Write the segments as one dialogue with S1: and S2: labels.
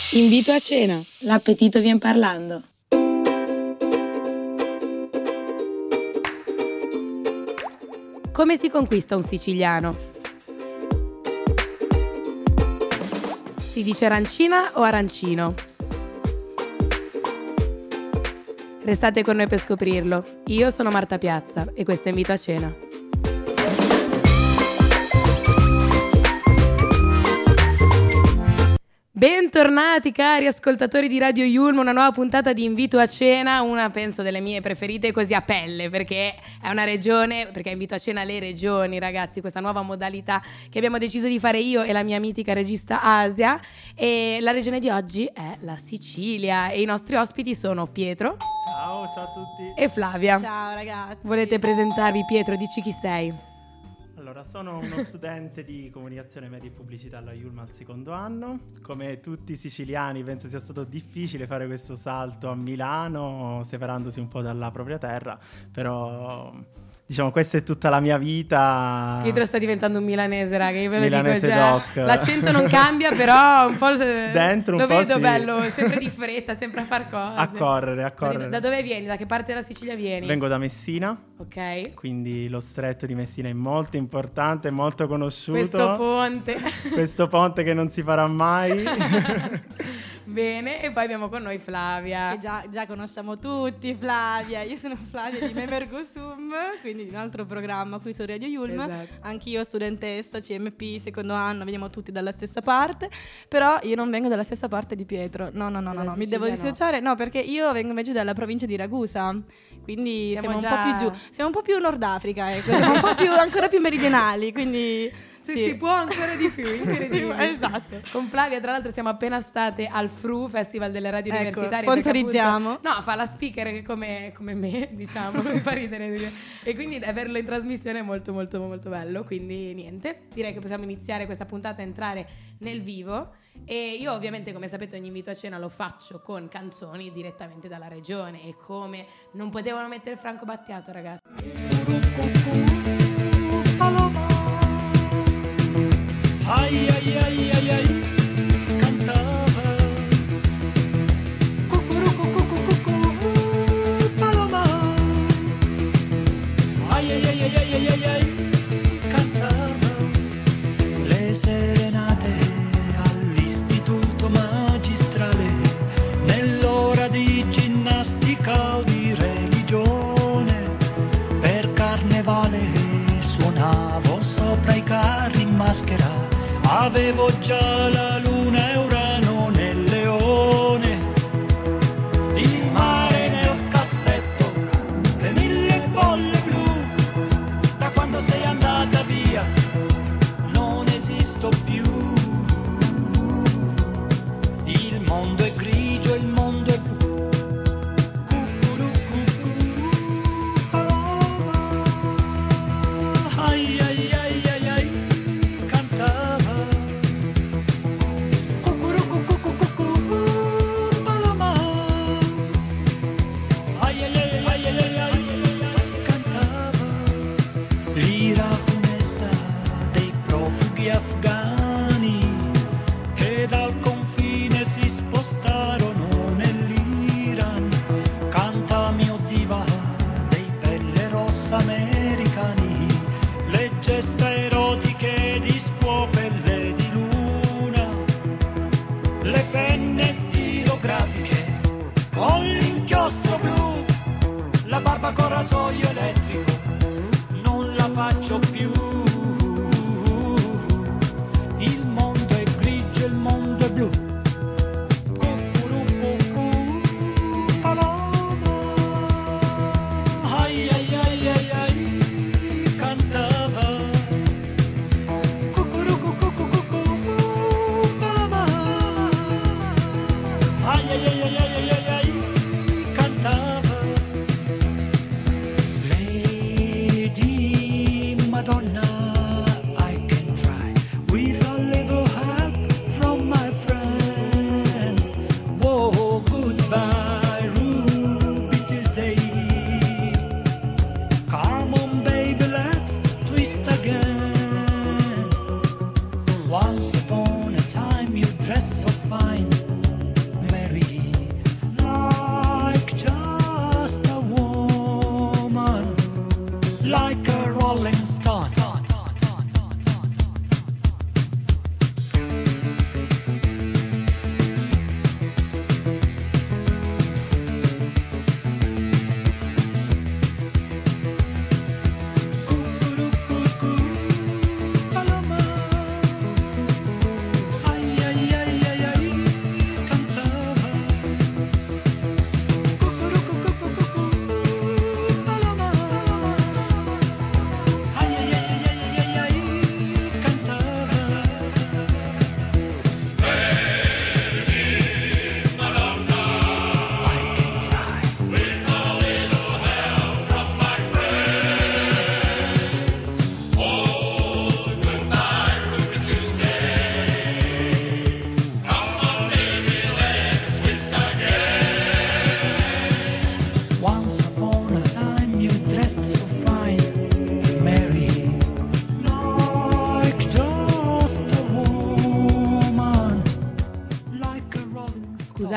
S1: Invito a cena. L'appetito vien parlando.
S2: Come si conquista un siciliano? Si dice arancina o arancino? Restate con noi per scoprirlo. Io sono Marta Piazza e questo è Invito a cena. Bentornati cari ascoltatori di Radio Yulm, una nuova puntata di Invito a cena, una penso delle mie preferite così a pelle, perché è una regione, perché invito a cena le regioni, ragazzi, questa nuova modalità che abbiamo deciso di fare io e la mia mitica regista Asia. E la regione di oggi è la Sicilia e i nostri ospiti sono Pietro.
S3: Ciao a tutti.
S2: E Flavia.
S4: Ciao ragazzi.
S2: Volete presentarvi? Pietro, dici chi sei?
S3: Allora, sono uno studente di comunicazione media e pubblicità alla Yulm al secondo anno. Come tutti i siciliani penso sia stato difficile fare questo salto a Milano, separandosi un po' dalla propria terra, però diciamo questa è tutta la mia vita.
S2: Pietro sta diventando un milanese, raga, io ve lo
S3: Milanese
S2: dico,
S3: doc.
S2: L'accento non cambia, però un po'
S3: dentro un
S2: lo
S3: po'
S2: vedo
S3: sì.
S2: bello, sempre di fretta, sempre a far cose.
S3: A correre.
S2: Da dove vieni? Da che parte della Sicilia vieni?
S3: Vengo da Messina.
S2: Ok.
S3: Quindi lo stretto di Messina è molto importante, molto conosciuto.
S2: Questo ponte
S3: che non si farà mai.
S2: Bene, e poi abbiamo con noi Flavia.
S4: Che già conosciamo tutti, Flavia. Io sono Flavia di Memergosum, quindi di un altro programma qui su Radio Yulm.
S2: Esatto.
S4: Anch'io studentessa, CMP, secondo anno, veniamo tutti dalla stessa parte. Però io non vengo dalla stessa parte di Pietro. No, mi devo dissociare. No, perché io vengo invece dalla provincia di Ragusa. Quindi siamo un po' più giù. Siamo un po' più Nord Africa, ecco. Siamo un po' più, ancora più meridionali, quindi...
S2: Sì. Si può ancora di più, incredibile.
S4: Esatto.
S2: Con Flavia, tra l'altro, siamo appena state al FRU, Festival delle Radio Universitarie.
S4: Sponsorizziamo.
S2: Appunto, no, fa la speaker come me, diciamo, mi fa ridere. E quindi averlo in trasmissione è molto, molto, molto bello. Quindi niente, direi che possiamo iniziare questa puntata, entrare nel vivo. E io ovviamente, come sapete, ogni invito a cena lo faccio con canzoni direttamente dalla regione. E come non potevano mettere Franco Battiato, ragazzi.
S5: Ai ai ai ai ai, cantava cucurucu paloma. Ai ai ai ai ai ai ai, cantava le serenate all'istituto magistrale, nell'ora di ginnastica o di religione. Per carnevale suonavo sopra i carri in maschera. Avevo già la luna e Urano nel leone, il mare nel cassetto, le 1000 bolle blu. Da quando sei andata via non esisto più. Il mondo è grigio, il mondo è blu. Cucurucucu, paloma. Ai ai ai ai ai, cantava.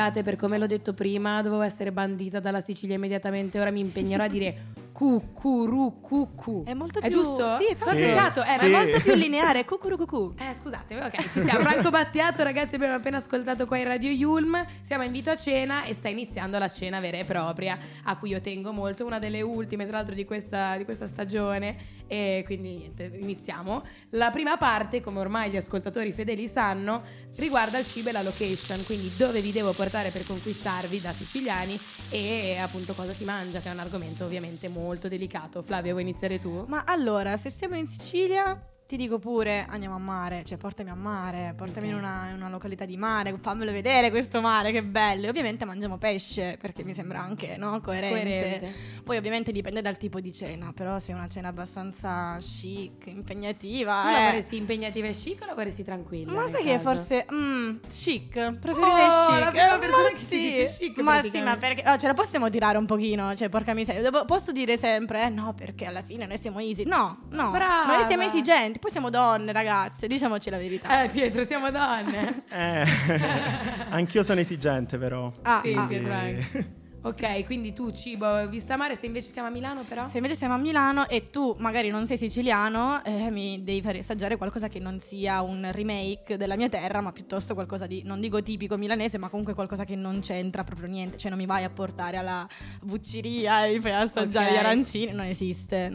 S2: scusate per come l'ho detto prima, dovevo essere bandita dalla Sicilia immediatamente, ora mi impegnerò a dire cucurucucu.
S4: È molto
S2: È
S4: più
S2: giusto?
S4: Sì,
S2: Sono azzeccato,
S4: è
S3: sì.
S4: molto più lineare. Cucurucucu.
S2: Scusate, ok, ci siamo. Franco Battiato, ragazzi, abbiamo appena ascoltato qua in Radio Yulm. Siamo a Invito a Cena e sta iniziando la cena vera e propria, a cui io tengo molto, una delle ultime tra l'altro di questa stagione. E quindi niente, iniziamo. La prima parte, come ormai gli ascoltatori fedeli sanno, riguarda il cibo e la location, quindi dove vi devo portare per conquistarvi da siciliani e appunto cosa si mangia, che è un argomento ovviamente molto delicato. Flavia, vuoi iniziare tu?
S4: Ma allora, se siamo in Sicilia, ti dico pure andiamo a mare, cioè portami a mare, portami in una località di mare, fammelo vedere questo mare, che bello. E ovviamente mangiamo pesce, perché mi sembra anche, no, coerente. Poi ovviamente dipende dal tipo di cena, però se è una cena abbastanza chic, impegnativa.
S2: Tu la vorresti impegnativa e chic o la vorresti tranquilla?
S4: Ma
S2: nel
S4: sai che
S2: caso?
S4: forse chic, preferirei chic.
S2: La prima persona che
S4: sì.
S2: si dice chic,
S4: ma sì,
S2: praticamente.
S4: ma perché ce la possiamo tirare un pochino, cioè porca miseria. Posso dire sempre no, perché alla fine noi siamo easy. No,
S2: Brava.
S4: noi siamo esigenti, poi siamo donne, ragazze, diciamoci la verità.
S2: Pietro, siamo donne.
S3: Anch'io sono esigente però.
S2: Sì,
S3: quindi-
S2: Pietro anche. Ok, quindi tu cibo, vista mare, se invece siamo a Milano però?
S4: Se invece siamo a Milano e tu magari non sei siciliano, mi devi fare assaggiare qualcosa che non sia un remake della mia terra, ma piuttosto qualcosa di, non dico tipico milanese, ma comunque qualcosa che non c'entra proprio niente. Cioè non mi vai a portare alla bucceria e mi fai assaggiare
S2: Ok.
S4: gli arancini, non esiste.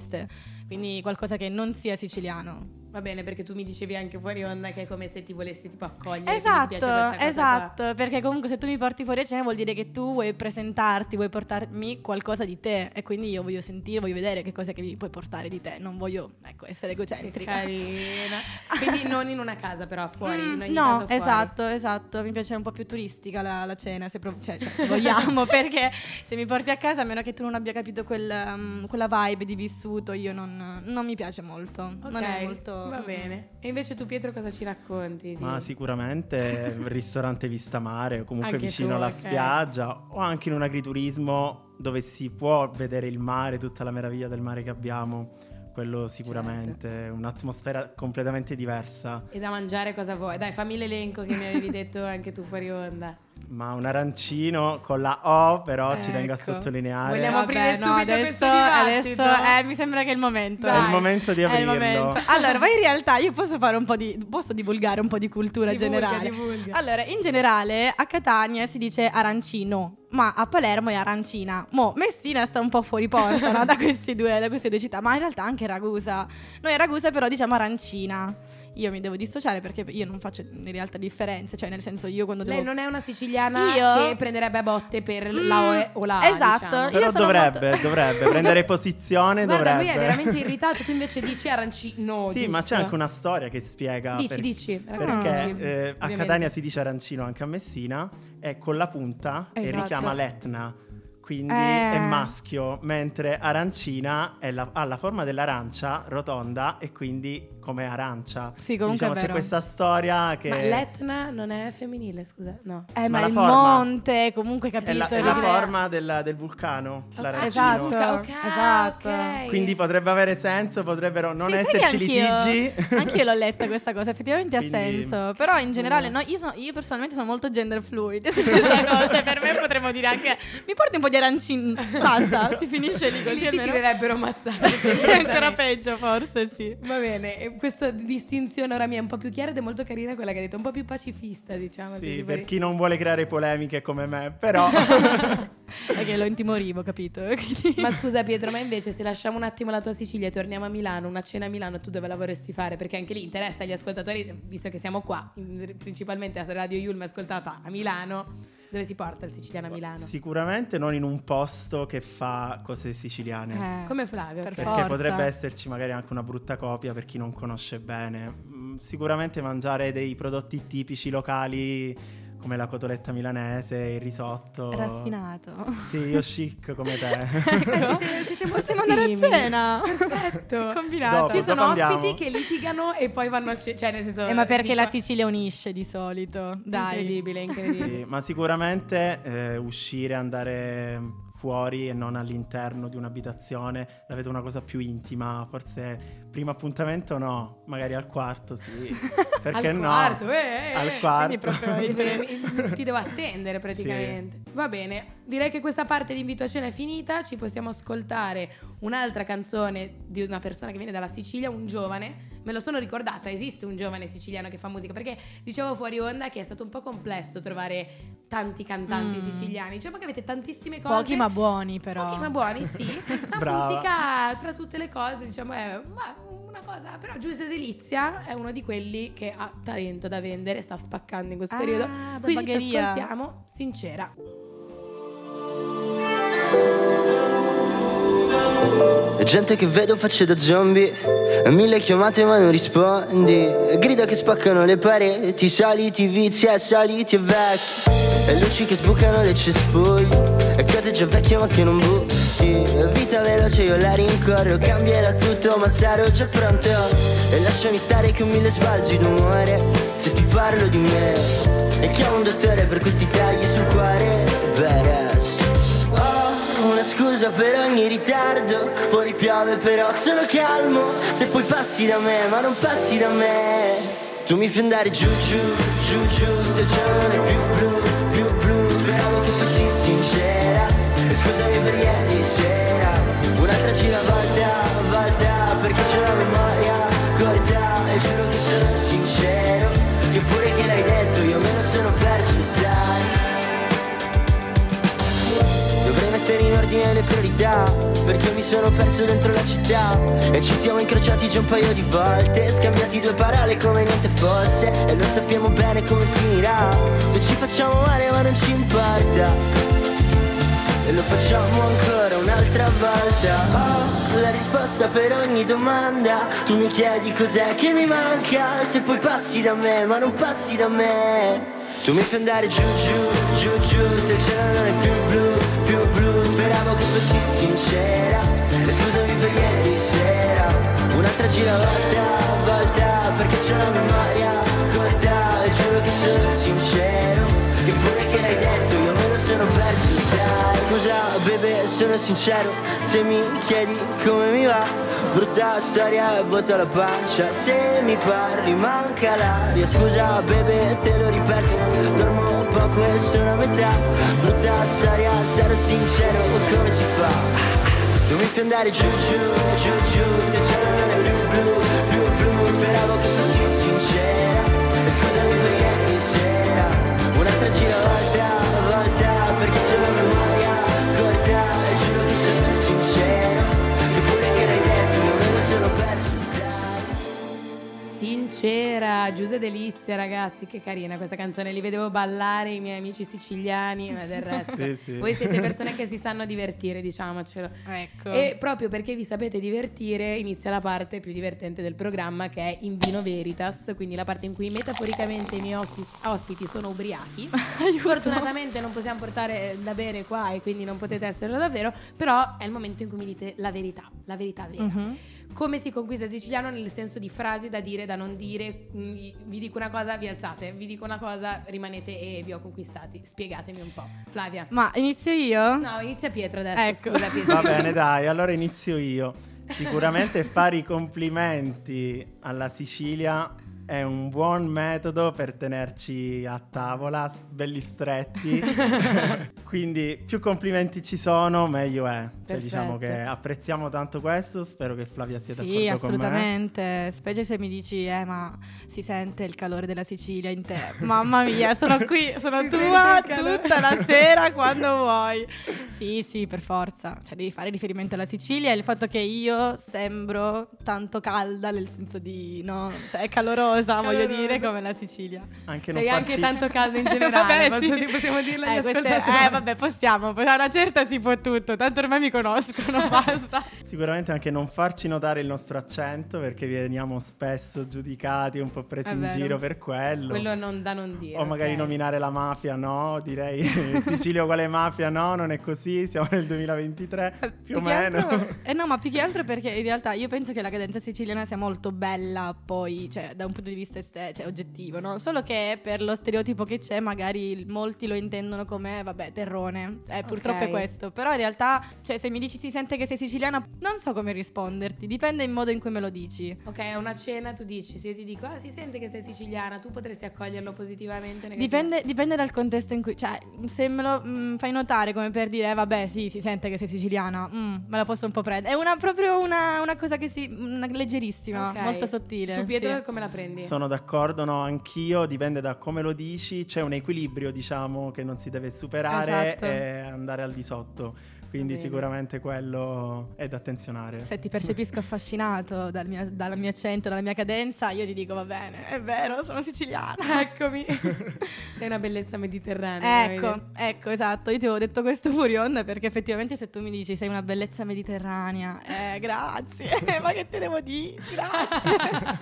S4: Quindi qualcosa che non sia siciliano.
S2: Va bene, perché tu mi dicevi anche fuori onda che è come se ti volessi tipo accogliere. quindi ti piace questa cosa
S4: Esatto, perché comunque se tu mi porti fuori a cena vuol dire che tu vuoi presentarti, vuoi portarmi qualcosa di te, e quindi io voglio sentire, voglio vedere che cosa che mi puoi portare di te, non voglio, essere
S2: qua.
S4: egocentrica.
S2: Carina. Quindi non in una casa però, fuori, in ogni
S4: no,
S2: caso fuori.
S4: esatto, mi piace un po' più turistica la cena, se vogliamo, perché se mi porti a casa, a meno che tu non abbia capito quella vibe di vissuto, io non mi piace molto, non è
S2: Ok,
S4: molto...
S2: va bene. E invece tu Pietro cosa ci racconti?
S3: Ma sicuramente il ristorante vista mare o comunque
S2: Anche
S3: vicino
S2: tu,
S3: alla
S2: ok.
S3: spiaggia, o anche in un agriturismo dove si può vedere il mare, tutta la meraviglia del mare che abbiamo. Quello sicuramente,
S2: Certo.
S3: un'atmosfera completamente diversa.
S2: E da mangiare cosa vuoi? Dai, fammi l'elenco che mi avevi detto anche tu fuori onda.
S3: Ma un arancino con la O, però ci tengo a
S2: Ecco.
S3: sottolineare.
S2: Vogliamo aprire subito questo
S4: adesso
S2: dibattito?
S4: mi sembra che è il momento.
S3: È il momento di
S4: È il
S3: aprirlo.
S4: momento. Allora, ma in realtà io posso fare posso divulgare un po' di cultura generale.
S2: Divulga.
S4: Allora, in generale a Catania si dice arancino, ma a Palermo è arancina. Messina sta un po' fuori porta, no? da queste due città, ma in realtà anche Ragusa. Noi a Ragusa però diciamo arancina. Io mi devo dissociare perché io non faccio in realtà differenze, cioè nel senso io quando
S2: Lei
S4: devo...
S2: non è una siciliana
S4: Io-
S2: che prenderebbe a botte per la O o la A,
S4: esatto.
S2: diciamo.
S3: Però
S4: Io sono
S3: dovrebbe prendere posizione,
S2: Guarda,
S3: dovrebbe.
S2: lui è veramente irritato, tu invece dici arancino.
S3: Sì, ma c'è anche una storia che spiega
S2: Dici,
S3: perché
S2: raccontaci,
S3: a
S2: ovviamente.
S3: Catania si dice arancino, anche a Messina, è con la punta e
S4: Esatto.
S3: richiama l'Etna, quindi
S4: Eh.
S3: è maschio, mentre arancina ha la forma dell'arancia, rotonda, e quindi come arancia.
S4: Sì, comunque
S3: Diciamo,
S4: è
S3: c'è
S4: vero.
S3: questa storia che
S2: Ma l'Etna non è femminile, scusa? No.
S3: Ma
S4: ma
S3: la
S4: il
S3: forma-
S4: monte, comunque capito?
S3: è la
S4: Dire-
S3: forma del vulcano, l'arancino.
S4: Esatto.
S2: Ok,
S4: esatto.
S2: ok.
S3: Quindi potrebbe avere senso, potrebbero non
S4: Sì, sai
S3: esserci
S4: che anch'io-
S3: litigi.
S4: Anch'io l'ho letta questa cosa, effettivamente
S3: Quindi-
S4: ha senso. Però in generale, no, io personalmente sono molto gender fluid su questa cosa. Cioè, per me potremmo dire anche mi porti un po' di arancini, basta, si finisce lì
S2: Così
S4: così
S2: ti
S4: almeno.
S2: tirerebbero ammazzare.
S4: È ancora peggio, forse sì.
S2: Va bene, e questa distinzione ora mi è un po' più chiara ed è molto carina quella che hai detto, un po' più pacifista, diciamo.
S3: Sì,
S2: così,
S3: per chi non vuole creare polemiche come me, però
S4: È che lo intimorivo, capito? Quindi-
S2: Ma scusa Pietro, ma invece se lasciamo un attimo la tua Sicilia e torniamo a Milano, una cena a Milano, tu dove la vorresti fare? Perché anche lì interessa agli ascoltatori, visto che siamo qua, principalmente a Radio Yulm ascoltata a Milano, dove si porta il siciliano a Milano?
S3: sicuramente non in un posto che fa cose siciliane.
S2: Come Flavio.
S4: Per
S2: ok.
S3: Perché
S4: forza.
S3: potrebbe esserci magari anche una brutta copia per chi non conosce bene. Sicuramente mangiare dei prodotti tipici locali come la cotoletta milanese, il risotto.
S4: Raffinato.
S3: Sì, io chic come te.
S2: Siete molto
S4: Possiamo andare a
S2: simili.
S4: cena.
S2: Perfetto.
S4: Combinato.
S3: Dopo.
S2: Ci sono
S3: andiamo.
S2: ospiti che litigano e poi vanno a cioè nel senso
S4: Ma perché
S2: dico-
S4: la Sicilia unisce di solito? Dai.
S2: Incredibile, incredibile.
S3: Sì, ma sicuramente uscire, andare fuori e non all'interno di un'abitazione, la vedo una cosa più intima, forse primo appuntamento no, magari al quarto sì, perché
S2: al
S3: no?
S2: Quarto,
S3: al quarto,
S2: quindi proprio ti devo attendere praticamente. Sì. Va bene, direi che questa parte di Invito a Cena è finita, ci possiamo ascoltare un'altra canzone di una persona che viene dalla Sicilia, un giovane. Me lo sono ricordata, esiste un giovane siciliano che fa musica, perché dicevo fuori onda che è stato un po' complesso trovare tanti cantanti siciliani, cioè perché avete tantissime cose.
S4: Pochi ma buoni però.
S2: Pochi ma buoni, sì. La
S3: Brava.
S2: musica tra tutte le cose, diciamo, è una cosa, però Giuse Delizia è uno di quelli che ha talento da vendere, sta spaccando in questo periodo. Quindi ci ascoltiamo Sincera.
S6: E gente che vedo facce da zombie, mille chiamate ma non rispondi, grida che spaccano le pareti, soliti vizi e soliti e vecchi, e luci che sbucano le cespugli, e cose già vecchie ma che non butti. Vita veloce io la rincorro, cambierà tutto ma sarò già pronto, e lasciami stare con mille sbalzi d'umore se ti parlo di me, e chiamo un dottore per questi tagli sul cuore. Badass. Una scusa per ogni ritardo, fuori piove però sono calmo, se poi passi da me ma non passi da me. Tu mi fai andare giù giù, giù giù, se il cielo non è più blu, speravo che fossi sincera, e scusami per ieri sera, un'altra giravolta, perché c'è una memoria corta, e giuro che sono sincero, che pure che l'hai detto io me lo sono perso, dai. Dovrei mettere in ordine le priorità, perché mi sono perso dentro la città, e ci siamo incrociati già un paio di volte, scambiati due parole come niente fosse, e lo sappiamo bene come finirà, se ci facciamo male ma non ci importa, e lo facciamo ancora un'altra volta. Oh, la risposta per ogni domanda, tu mi chiedi cos'è che mi manca, se poi passi da me ma non passi da me. Tu mi fai andare giù giù, giù giù, se il cielo non è più blu, speravo che fossi sincera, e scusami per ieri sera, un'altra volta, perché c'è una memoria corta, e giuro che sono sincero, che pure che l'hai detto io me lo sono perso, dai. Scusa bebe, sono sincero, se mi chiedi come mi va, brutta storia e vuota la pancia, se mi parli manca l'aria. Scusa bebe, te lo ripeto, dormo poco e sono a metà, brutta storia, sarò sincero, come si fa? Tu mi fai andare giù giù, giù giù, se il cielo non è più blu, speravo che fossi sincera, e scusami per ieri sera, un'altra volta, perché c'è una memoria corta, e giuro che sono sincero, che pure che l'hai detto io me lo sono perso, dai.
S2: Sincera, Giuse Delizia, ragazzi, che carina questa canzone, li vedevo ballare i miei amici siciliani, ma del resto
S3: sì.
S2: Voi siete persone che si sanno divertire, diciamocelo.
S4: Ecco.
S2: E proprio perché vi sapete divertire inizia la parte più divertente del programma, che è In Vino Veritas, quindi la parte in cui metaforicamente i miei ospiti sono ubriachi. Fortunatamente non possiamo portare da bere qua e quindi non potete esserlo davvero, però è il momento in cui mi dite la verità vera.
S4: Mm-hmm.
S2: Come si conquista il siciliano, nel senso di frasi da dire, da non dire. Vi dico una cosa, vi alzate, vi dico una cosa, rimanete e vi ho conquistati. Spiegatemi un po'. Flavia.
S4: Ma inizio io?
S2: No, inizia Pietro adesso.
S4: Ecco.
S2: Scusa Pietro.
S3: Va bene, dai, allora inizio io. Sicuramente fare i complimenti alla Sicilia è un buon metodo per tenerci a tavola, belli stretti. Quindi più complimenti ci sono, meglio è. Cioè, diciamo che apprezziamo tanto questo, spero che Flavia sia d'accordo con me.
S4: Sì, assolutamente, specie se mi dici ma si sente il calore della Sicilia in te. Mamma mia, sono qui, sono tua tutta la sera quando vuoi. Sì, per forza, cioè devi fare riferimento alla Sicilia e il fatto che io sembro tanto calda, nel senso di, no, cioè calorosa, voglio dire, come la Sicilia.
S3: Anche non
S2: Sei
S3: farci...
S2: anche tanto caldo in generale.
S4: Vabbè, sì.
S2: Possiamo dirlo agli
S4: Vabbè, possiamo, a una certa si può tutto, tanto ormai mi conoscono, basta.
S3: Sicuramente anche non farci notare il nostro accento, perché veniamo spesso giudicati, un po' presi in giro per quello.
S2: Quello non da non dire.
S3: O magari nominare la mafia, no? Direi Sicilia uguale mafia, no? Non è così, siamo nel 2023, più o meno.
S4: No, ma più che altro perché in realtà io penso che la cadenza siciliana sia molto bella, poi, cioè, da un punto di vista oggettivo, no? Solo che per lo stereotipo che c'è, magari molti lo intendono come, vabbè, terra marrone. Purtroppo è questo. Però in realtà, cioè, se mi dici si sente che sei siciliana, non so come risponderti. Dipende il modo in cui me lo dici.
S2: Ok, a una cena tu dici, se io ti dico si sente che sei siciliana, tu potresti accoglierlo positivamente?
S4: Dipende dal contesto in cui, cioè, se me lo fai notare come per dire vabbè sì, si sente che sei siciliana, me la posso un po' prendere. È proprio una cosa che una leggerissima, molto sottile.
S2: Tu Pietro come la prendi?
S3: Sono d'accordo, no, anch'io, dipende da come lo dici, c'è un equilibrio, diciamo, che non si deve superare e andare al di sotto. Quindi sicuramente quello è da attenzionare.
S4: Se ti percepisco affascinato dal mio accento, dalla mia cadenza, io ti dico va bene, è vero, sono siciliana.
S2: Eccomi. Sei una bellezza mediterranea.
S4: Ecco, esatto. Io ti avevo detto questo fuori onda perché effettivamente se tu mi dici sei una bellezza mediterranea, grazie, ma che te devo dire? Grazie.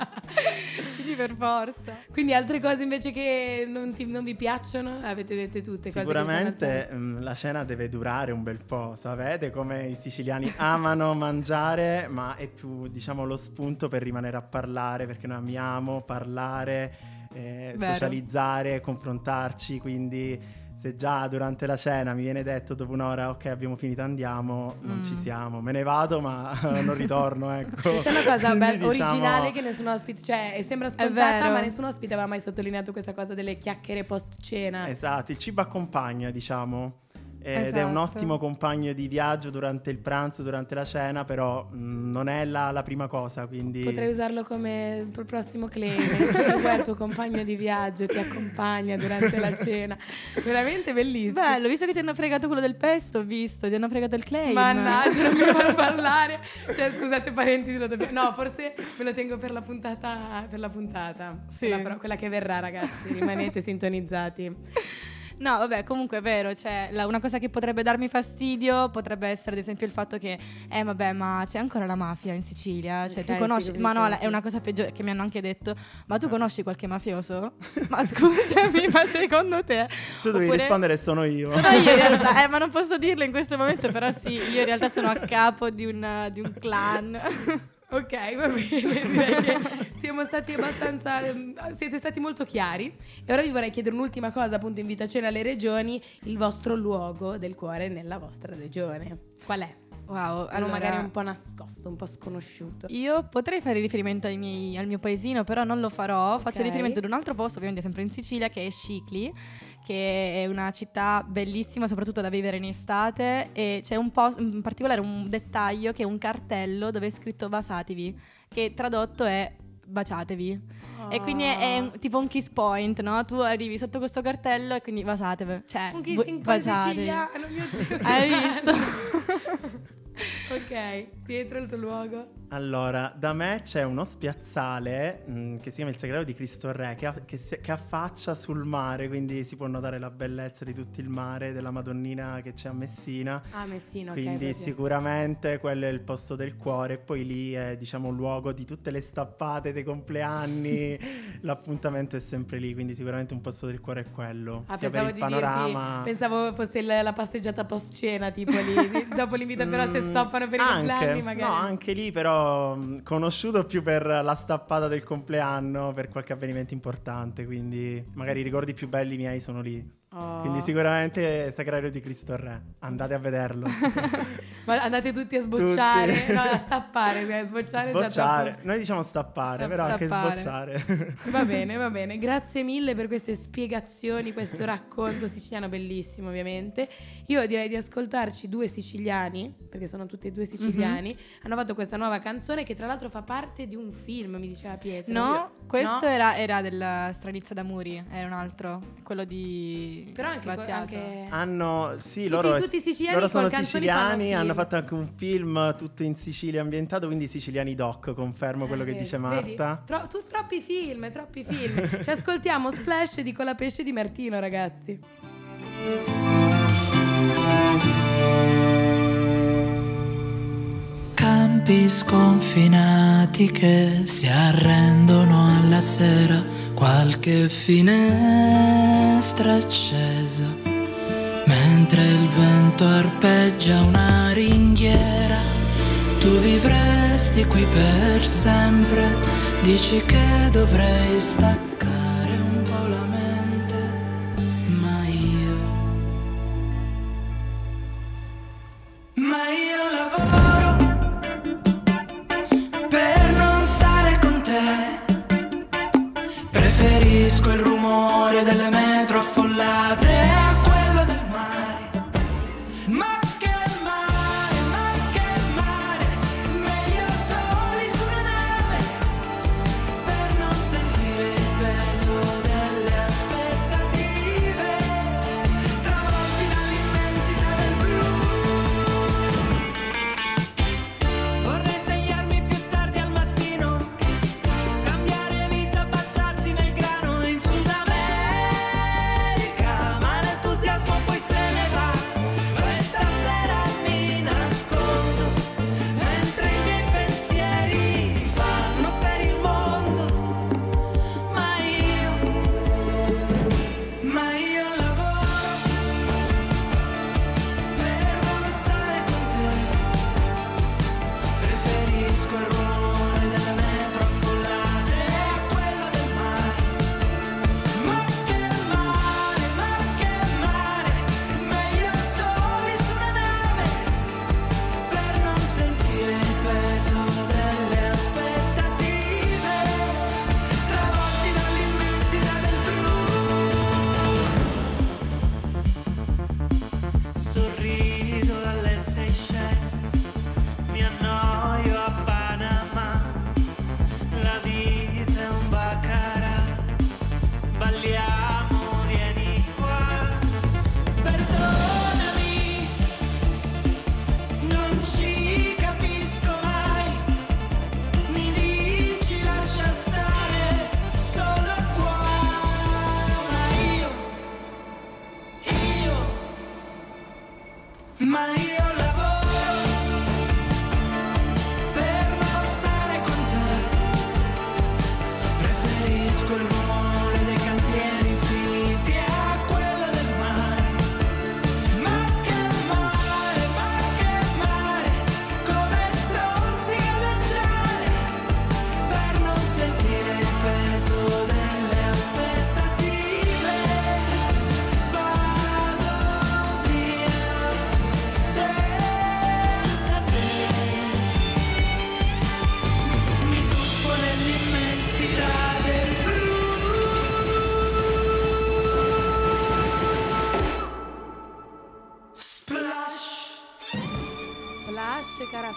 S4: Quindi per forza.
S2: Quindi altre cose invece che non vi piacciono? Avete dette tutte.
S3: Sicuramente la cena deve durare un bel po'. Sapete come i siciliani amano mangiare, ma è più, diciamo, lo spunto per rimanere a parlare, perché noi amiamo parlare, socializzare, confrontarci, quindi se già durante la cena mi viene detto dopo un'ora ok abbiamo finito andiamo, non ci siamo, me ne vado ma non ritorno, ecco.
S2: Questa è una cosa
S3: Quindi,
S2: originale che nessun ospite, cioè sembra scontata ma nessun ospite aveva mai sottolineato questa cosa delle chiacchiere post cena.
S3: Esatto, il cibo accompagna, diciamo. Ed è un ottimo compagno di viaggio durante il pranzo, durante la cena, però non è la prima cosa, quindi
S2: potrei usarlo come il prossimo claim. Poi è il tuo compagno di viaggio, ti accompagna durante la cena. Veramente bellissimo.
S4: Bello, visto che ti hanno fregato quello del pesto, ti hanno fregato il claim.
S2: Mannaggia, non mi fanno parlare. Cioè, scusate parenti, no, forse me lo tengo per la puntata. Sì. Quella che verrà, ragazzi, rimanete sintonizzati.
S4: No, vabbè, comunque è vero, cioè una cosa che potrebbe darmi fastidio potrebbe essere ad esempio il fatto che vabbè, ma c'è ancora la mafia in Sicilia, cioè tu conosci, ma no, è una cosa peggiore che mi hanno anche detto, ma tu conosci qualche mafioso? Ma scusami, ma secondo te?
S3: Tu devi rispondere sono io.
S4: Sono io in realtà, ma non posso dirlo in questo momento, però sì, io in realtà sono a capo di un clan.
S2: Ok, va bene, direi che siamo stati abbastanza, siete stati molto chiari e ora vi vorrei chiedere un'ultima cosa, appunto invito a cena alle regioni, il vostro luogo del cuore nella vostra regione, qual è?
S4: Wow,
S2: allora, magari un po' nascosto, un po' sconosciuto.
S4: Io potrei fare riferimento al mio paesino, però non lo farò. Faccio riferimento ad un altro posto, ovviamente sempre in Sicilia, che è Scicli, che è una città bellissima, soprattutto da vivere in estate. E c'è in particolare un dettaglio che è un cartello dove è scritto basatevi, che tradotto è baciatevi. E quindi è tipo un kiss point, no? Tu arrivi sotto questo cartello e quindi baciatevi. Cioè,
S2: un kissing point siciliano, mio Dio.
S4: Hai visto?
S2: Ok, Pietro, il tuo luogo?
S3: Allora, da me c'è uno spiazzale che si chiama il Sagrario di Cristo Re, che affaccia sul mare, quindi si può notare la bellezza di tutto il mare, della Madonnina che c'è a Messina.
S2: Ah, Messina,
S3: quindi sicuramente quello è il posto del cuore, e poi lì è, diciamo, un luogo di tutte le stappate dei compleanni, l'appuntamento è sempre lì, quindi sicuramente un posto del cuore è quello. Sia per il panorama.
S2: Pensavo fosse la passeggiata post cena, tipo lì, dopo l'invito, però se stoppano per i compleanni magari.
S3: No, anche lì però conosciuto più per la stappata del compleanno, per qualche avvenimento importante, quindi magari i ricordi più belli miei sono lì. Quindi sicuramente Sagrario di Cristo Re, andate a vederlo.
S2: Ma andate tutti a sbocciare, tutti. No, a stappare, sbocciare. Già
S3: noi diciamo stappare, però anche sbocciare.
S2: Va bene, grazie mille per queste spiegazioni, questo racconto siciliano bellissimo ovviamente. Io direi di ascoltarci due siciliani, perché sono tutti e due siciliani, hanno fatto questa nuova canzone che tra l'altro fa parte di un film, mi diceva Pietro.
S4: No, questo era della Stranizza d'Amuri, era un altro, quello di...
S2: Però anche
S3: hanno tutti
S2: i siciliani,
S3: loro sono siciliani, hanno fatto anche un film tutto in Sicilia ambientato, quindi Siciliani Doc, confermo quello che dice Marta.
S2: Troppi film. Ci ascoltiamo Splash di Colapesce di Martino, ragazzi.
S7: Campi sconfinati che si arrendono alla sera, qualche finestra accesa, mentre il vento arpeggia una ringhiera. Tu vivresti qui per sempre, dici che dovrei staccare un po' la mente, ma io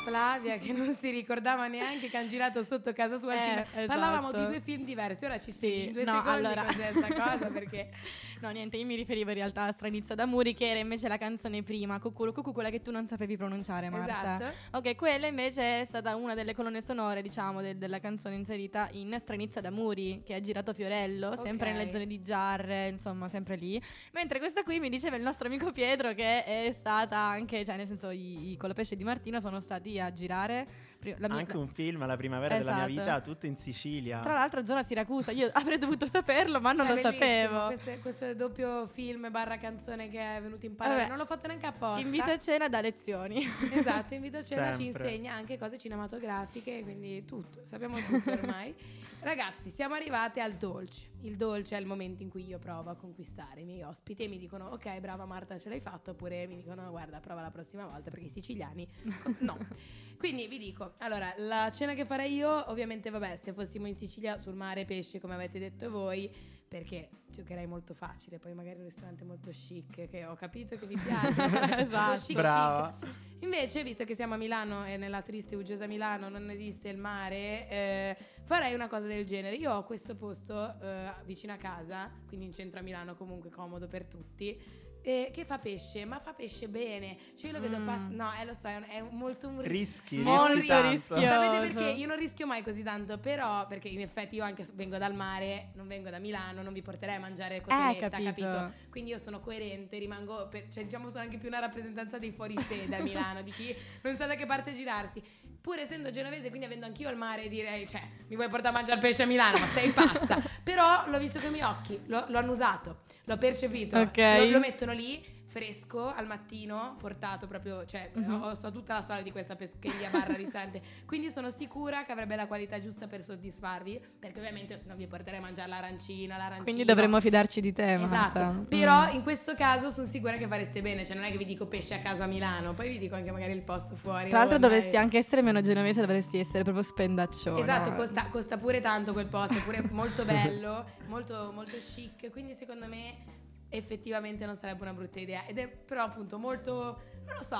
S2: Flavia che non si ricordava neanche che hanno girato sotto casa sua il film.
S4: Esatto.
S2: Parlavamo di 2 film diversi, ora ci spieghi in 2 secondi
S4: allora.
S2: cos'è sta cosa, perché
S4: No, niente, io mi riferivo in realtà a Stranizza d'amore, che era invece la canzone prima, Cucù, quella che tu non sapevi pronunciare, Marta.
S2: Esatto.
S4: Ok, quella invece è stata una delle colonne sonore, diciamo, della canzone inserita in Stranizza d'amori, che ha girato Fiorello, sempre
S2: Ok.
S4: nelle zone di Giarre, insomma, sempre lì. Mentre questa qui mi diceva il nostro amico Pietro che è stata anche, cioè nel senso i Colapesce di Martino sono stati a girare
S3: Anche un film, La primavera della mia vita, tutto in Sicilia.
S4: Tra l'altro zona Siracusa, io avrei dovuto saperlo ma non
S2: Cioè,
S4: lo
S2: bellissimo,
S4: sapevo.
S2: questo doppio film / canzone che è venuto in parallelo.
S4: Vabbè.
S2: Non l'ho fatto neanche apposta.
S4: Invito a cena da lezioni.
S2: Esatto, Invito a cena ci
S3: Sempre.
S2: insegna anche cose cinematografiche, quindi tutto, sappiamo tutto ormai. Ragazzi, siamo arrivate al dolce. Il dolce è il momento in cui io provo a conquistare i miei ospiti e mi dicono ok, brava Marta, ce l'hai fatto, oppure mi dicono guarda, prova la prossima volta, perché i siciliani no. Quindi vi dico, allora, la cena che farei io, ovviamente vabbè, se fossimo in Sicilia sul mare, pesce, come avete detto voi, perché giocherei molto facile, poi magari un ristorante molto chic, che ho capito che vi piace.
S4: Esatto.
S2: Chic,
S3: Brava.
S2: chic. Invece, visto che siamo a Milano e nella triste e uggiosa Milano non esiste il mare, farei una cosa del genere. Io ho questo posto vicino a casa, quindi in centro a Milano, comunque comodo per tutti, che fa pesce, ma fa pesce bene. Cioè io lo vedo no, lo so, è molto un
S3: Rischi
S4: Molto
S3: tanto.
S4: rischioso.
S2: Sapete perché? Io non rischio mai così tanto, però perché in effetti io anche vengo dal mare, non vengo da Milano, non vi porterei a mangiare cotoletta,
S4: capito.
S2: Quindi io sono coerente, rimango, cioè diciamo sono anche più una rappresentanza dei fuorisede a Milano, di chi non sa da che parte girarsi. Pur essendo genovese, quindi avendo anch'io il mare, direi, cioè, mi vuoi portare a mangiare pesce a Milano, ma sei pazza. Però l'ho visto con i miei occhi, lo hanno usato, l'ho percepito,
S4: Ok.
S2: lo mettono lì, fresco, al mattino, portato proprio, cioè, so tutta la storia di questa pescheria / ristorante, quindi sono sicura che avrebbe la qualità giusta per soddisfarvi, perché ovviamente non vi porterei a mangiare l'arancino.
S4: Quindi dovremmo fidarci di te,
S2: Esatto,
S4: Marta.
S2: però in questo caso sono sicura che fareste bene, cioè non è che vi dico pesce a caso a Milano, poi vi dico anche magari il posto fuori.
S4: Tra l'altro
S2: ormai.
S4: dovresti anche essere meno genovese, dovresti essere proprio spendaccione.
S2: Esatto, costa pure tanto quel posto, è pure molto bello, molto, molto chic, quindi secondo me effettivamente non sarebbe una brutta idea, ed è però appunto molto, non lo so,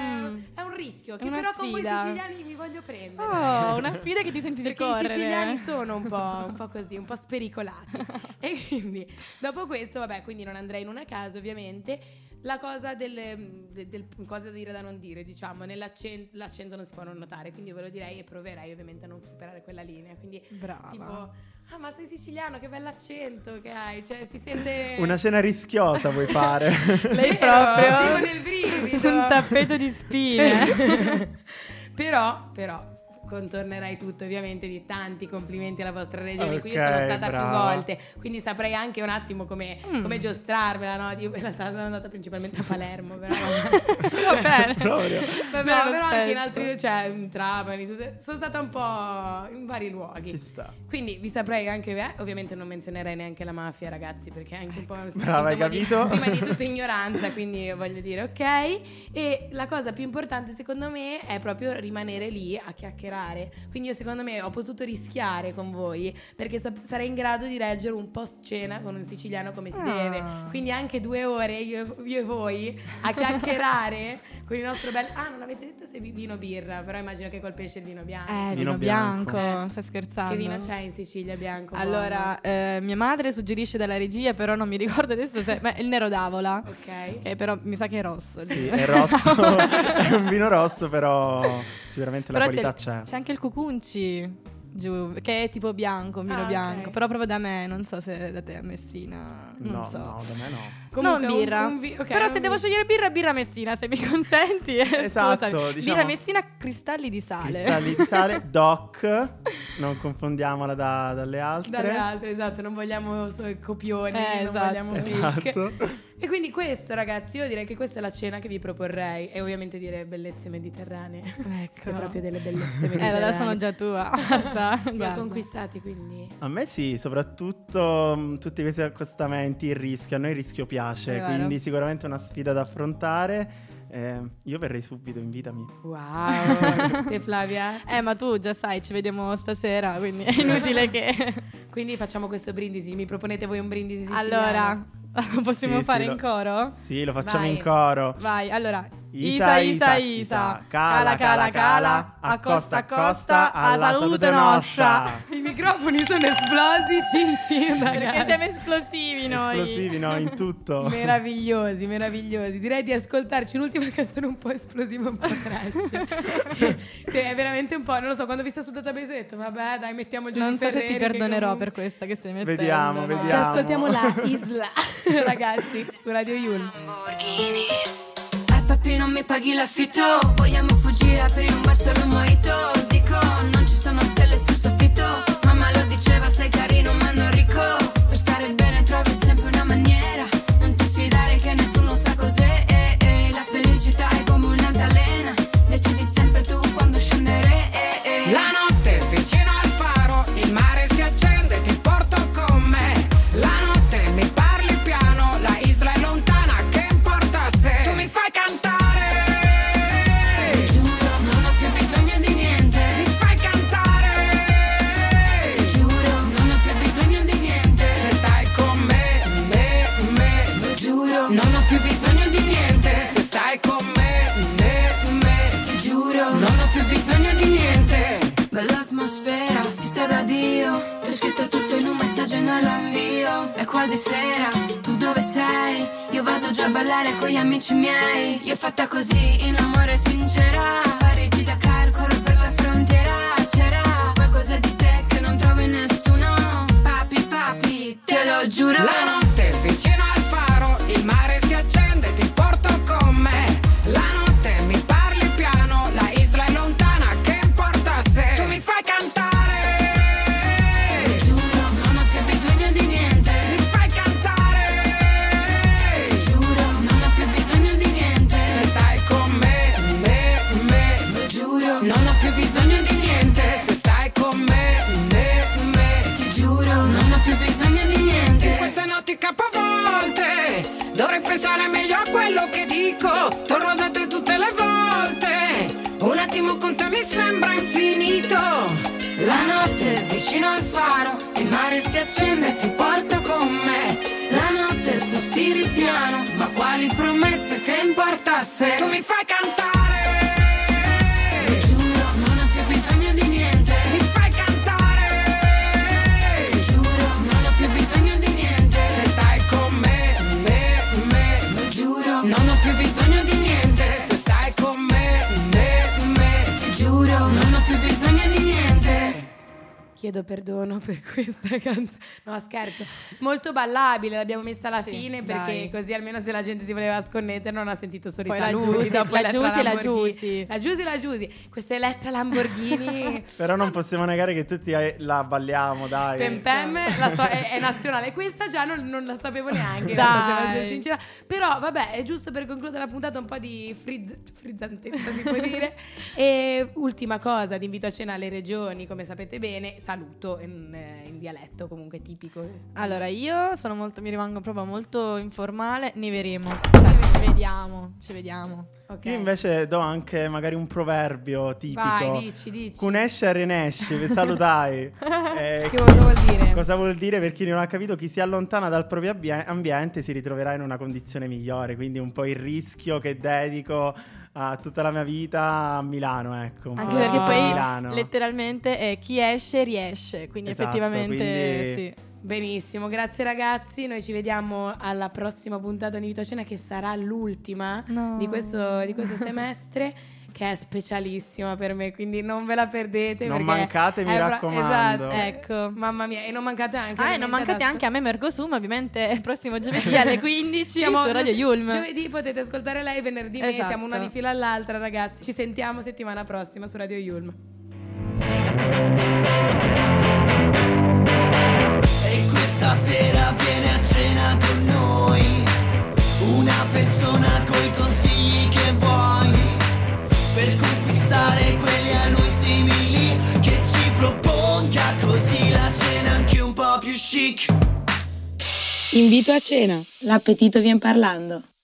S2: è un rischio che
S4: Una
S2: però con voi
S4: sfida.
S2: siciliani mi voglio prendere.
S4: Oh, una sfida che ti senti di
S2: Perché i
S4: correre.
S2: siciliani sono un po' così, un po' spericolati. E quindi, dopo questo, vabbè, quindi non andrei in una casa, ovviamente. La cosa del cosa da dire da non dire, diciamo, l'accento non si può non notare, quindi ve lo direi e proverei ovviamente a non superare quella linea. Quindi,
S4: Brava.
S2: tipo, ma sei siciliano, che bell'accento che hai, cioè si sente...
S3: Una cena rischiosa vuoi fare?
S4: Lei
S2: Vero,
S4: proprio
S2: vivo nel brivido.
S4: un tappeto di spine.
S2: però contornerai tutto, ovviamente, di tanti complimenti alla vostra regione, in cui io
S3: Ok,
S2: sono stata
S3: brava.
S2: più volte, quindi saprei anche un attimo come giostrarmela, no? Io in realtà sono andata principalmente a Palermo, però
S4: Va bene.
S3: Proprio.
S4: Va
S2: no,
S4: bene lo
S2: però anche in
S4: stesso.
S2: altri, cioè in Trapani, sono stata un po' in vari luoghi.
S3: Ci sta.
S2: Quindi vi saprei anche, ovviamente non menzionerei neanche la mafia, ragazzi, perché è anche un po' un
S3: Brava, hai
S2: sintomo
S3: capito?
S2: prima di tutto ignoranza, quindi voglio dire ok. E la cosa più importante secondo me è proprio rimanere lì a chiacchierare. Quindi io secondo me ho potuto rischiare con voi, perché sarei in grado di reggere un post cena con un siciliano come si deve. Quindi anche 2 ore io e voi a chiacchierare con il nostro bel... non avete detto se vino vino birra, però immagino che col pesce il vino bianco.
S4: Vino
S3: Vino
S4: bianco,
S3: bianco.
S4: stai scherzando?
S2: Che vino c'è in Sicilia bianco?
S4: Allora, mia madre suggerisce dalla regia, però non mi ricordo adesso se... Ma è il Nero d'Avola.
S2: Ok.
S4: Che però mi sa che è rosso.
S3: Sì, è rosso, è un vino rosso, però sicuramente la
S4: Però
S3: qualità c'è.
S4: c'è anche il Cucunci giù, che è tipo bianco, un vino bianco,
S2: ok.
S4: però proprio da me, non so se da te a Messina, non
S3: No,
S4: so.
S3: no, da me no.
S2: Comunque,
S4: non birra.
S2: ok,
S4: però se devo scegliere birra Messina, se mi consenti.
S3: Esatto,
S4: scusami.
S3: diciamo-
S4: Birra Messina, cristalli di sale.
S3: Cristalli di sale, DOC, non confondiamola dalle altre.
S2: dalle altre, esatto, non vogliamo copioni, non
S4: esatto.
S2: vogliamo fake.
S3: Esatto.
S2: E quindi questo, ragazzi, io direi che questa è la cena che vi proporrei. E ovviamente dire bellezze mediterranee.
S4: Ecco.
S2: Siete proprio delle bellezze mediterranee.
S4: Allora sono già tua. Guarda,
S2: Li ho
S4: guarda.
S2: conquistati, quindi.
S3: A me sì, soprattutto tutti questi accostamenti, il rischio, a noi il rischio piace,
S4: È vero.
S3: quindi sicuramente una sfida da affrontare. Io verrei subito, invitami.
S2: Wow. Te, Flavia?
S4: Ma tu già sai, ci vediamo stasera, quindi è inutile che...
S2: Quindi facciamo questo brindisi. Mi proponete voi un brindisi siciliano?
S4: Allora, possiamo
S3: Sì,
S4: fare
S3: sì,
S4: in coro?
S3: Sì, lo facciamo
S2: Vai.
S3: in coro.
S4: Vai, allora, Isa, cala, accosta, alla salute nostra.
S2: I microfoni sono esplosi, cin ragazzi.
S4: Perché siamo esplosivi noi.
S3: Esplosivi, no, in tutto.
S2: Meravigliosi. Direi di ascoltarci un'ultima canzone un po' esplosiva, un po' trash. Che è veramente un po', non lo so, quando vi sta sul database ho detto vabbè dai, mettiamo giù.
S4: Non so se ti perdonerò per questa che stai mettendo.
S3: Vediamo.
S2: Ci ascoltiamo la Isla, ragazzi, su Radio Yulm.
S8: Papi, non mi paghi l'affitto, vogliamo fuggire, aprire un bar solo un mojito. Dico, non ci sono stelle sul soffitto, mamma lo diceva, sei carino ma non ricco. Per stare bene trovi sempre una maniera, non ti fidare che nessuno sa cos'è. La felicità è come un'altalena, decidi sempre tu quando scendere.
S9: La notte vicino al faro, il mare si accende, ti porto con me. La notte mi parli piano, la isla è lontana, che importa se tu mi fai cantare.
S8: Ti giuro, non ho più bisogno di niente.
S9: Mi fai cantare.
S8: Ti giuro, non ho più bisogno di niente.
S9: Se stai con me.
S8: Ti giuro,
S9: Non ho più bisogno di niente. Se stai con me.
S8: ti giuro,
S9: Non ho più bisogno di niente.
S8: bella atmosfera, si sta da Dio. Ti ho scritto tutto in un messaggio e non lo invio. È quasi sera, tu dove sei? Io vado già a ballare con gli amici miei. Io fatta così, in amore sincera. Parigi Dakar, corro per la frontiera. C'era qualcosa di te che non trovo in nessuno. Papi, te lo giuro.
S9: La notte vicino al faro, il mare si accende, ti porto con me. La notte mi parli piano, la isla è lontana, che importa se tu mi fai cantare.
S8: Ti giuro, non ho più bisogno di niente.
S9: Mi fai cantare.
S8: Ti giuro, non ho più bisogno di niente.
S9: Se stai con me.
S8: Ti giuro,
S9: Non ho più bisogno di niente. Se stai con me.
S8: ti giuro, non ho più bisogno di niente.
S9: In queste notti capovolte dovrei pensare meglio a quello che dico. Torno da te tutte le volte. Un attimo con te mi sembra infinito.
S8: La notte è vicino al faro, il mare si accende e ti porto con me. La notte sospiri piano, ma quali promesse, che importa se
S9: Tu mi fai cantare.
S8: ti giuro, non ho più bisogno di niente.
S9: Mi fai cantare.
S8: Ti giuro, non ho più bisogno di niente.
S9: Se stai con me.
S8: Ti giuro,
S9: Non ho più bisogno di niente. Se stai con me.
S8: ti giuro, non ho più bisogno di niente.
S2: Chiedo perdono per questa canzone. No, scherzo. Molto ballabile, l'abbiamo messa alla
S4: Sì,
S2: fine perché
S4: dai.
S2: così almeno se la gente si voleva sconnettere non ha sentito solo
S4: Poi
S2: i
S4: la
S2: saluti.
S4: Giusy,
S2: dopo
S4: la
S2: Elettra
S4: Giusy, la
S2: Lamborghini.
S4: Giusy.
S2: La Giusy. Questa Elettra Lamborghini.
S3: Però non possiamo negare che tutti la balliamo, dai.
S2: Pem Pem è nazionale. Questa già non la sapevo neanche.
S4: Dai.
S2: Devo essere sincera. Però vabbè, è giusto per concludere la puntata un po' di frizzantezza, si può dire. E ultima cosa, ti invito a cena alle regioni, come sapete bene, saluto in dialetto comunque tipico.
S4: Allora, io mi rimango proprio molto informale. Ne verremo. Cioè, ci vediamo.
S2: Ok.
S3: Io invece do anche magari un proverbio tipico.
S2: Vai, dici.
S3: Cunesce e renesce, vi salutai.
S2: Che cosa vuol dire?
S3: Cosa vuol dire? Per chi non ha capito, chi si allontana dal proprio ambiente si ritroverà in una condizione migliore. Quindi un po' il rischio che dedico a tutta la mia vita a Milano, ecco.
S4: Anche perché poi
S3: Milano.
S4: letteralmente è chi esce riesce. Quindi
S3: Esatto,
S4: effettivamente
S3: quindi-
S4: sì.
S2: Benissimo, grazie ragazzi. Noi ci vediamo alla prossima puntata di Invito a Cena, che sarà l'ultima
S4: No.
S2: di questo semestre, che è specialissima per me, quindi non ve la perdete.
S3: Non
S2: perché
S3: mancate, mi
S2: è
S3: raccomando.
S2: Esatto,
S4: Ecco.
S2: mamma mia, e non mancate anche.
S4: Ah, e non mancate anche a me, Mergosum, ovviamente il prossimo giovedì alle 15
S2: Siamo-
S4: su Radio Yulm.
S2: Giovedì potete ascoltare lei, venerdì me,
S4: Esatto.
S2: siamo una di fila all'altra, ragazzi. Ci sentiamo settimana prossima su Radio Yulm.
S6: E questa sera viene a cena con noi una persona coi consigli che vuoi per conquistare quelli a lui simili, che ci proponga così la cena anche un po' più chic.
S1: Invito a cena, l'appetito vien parlando.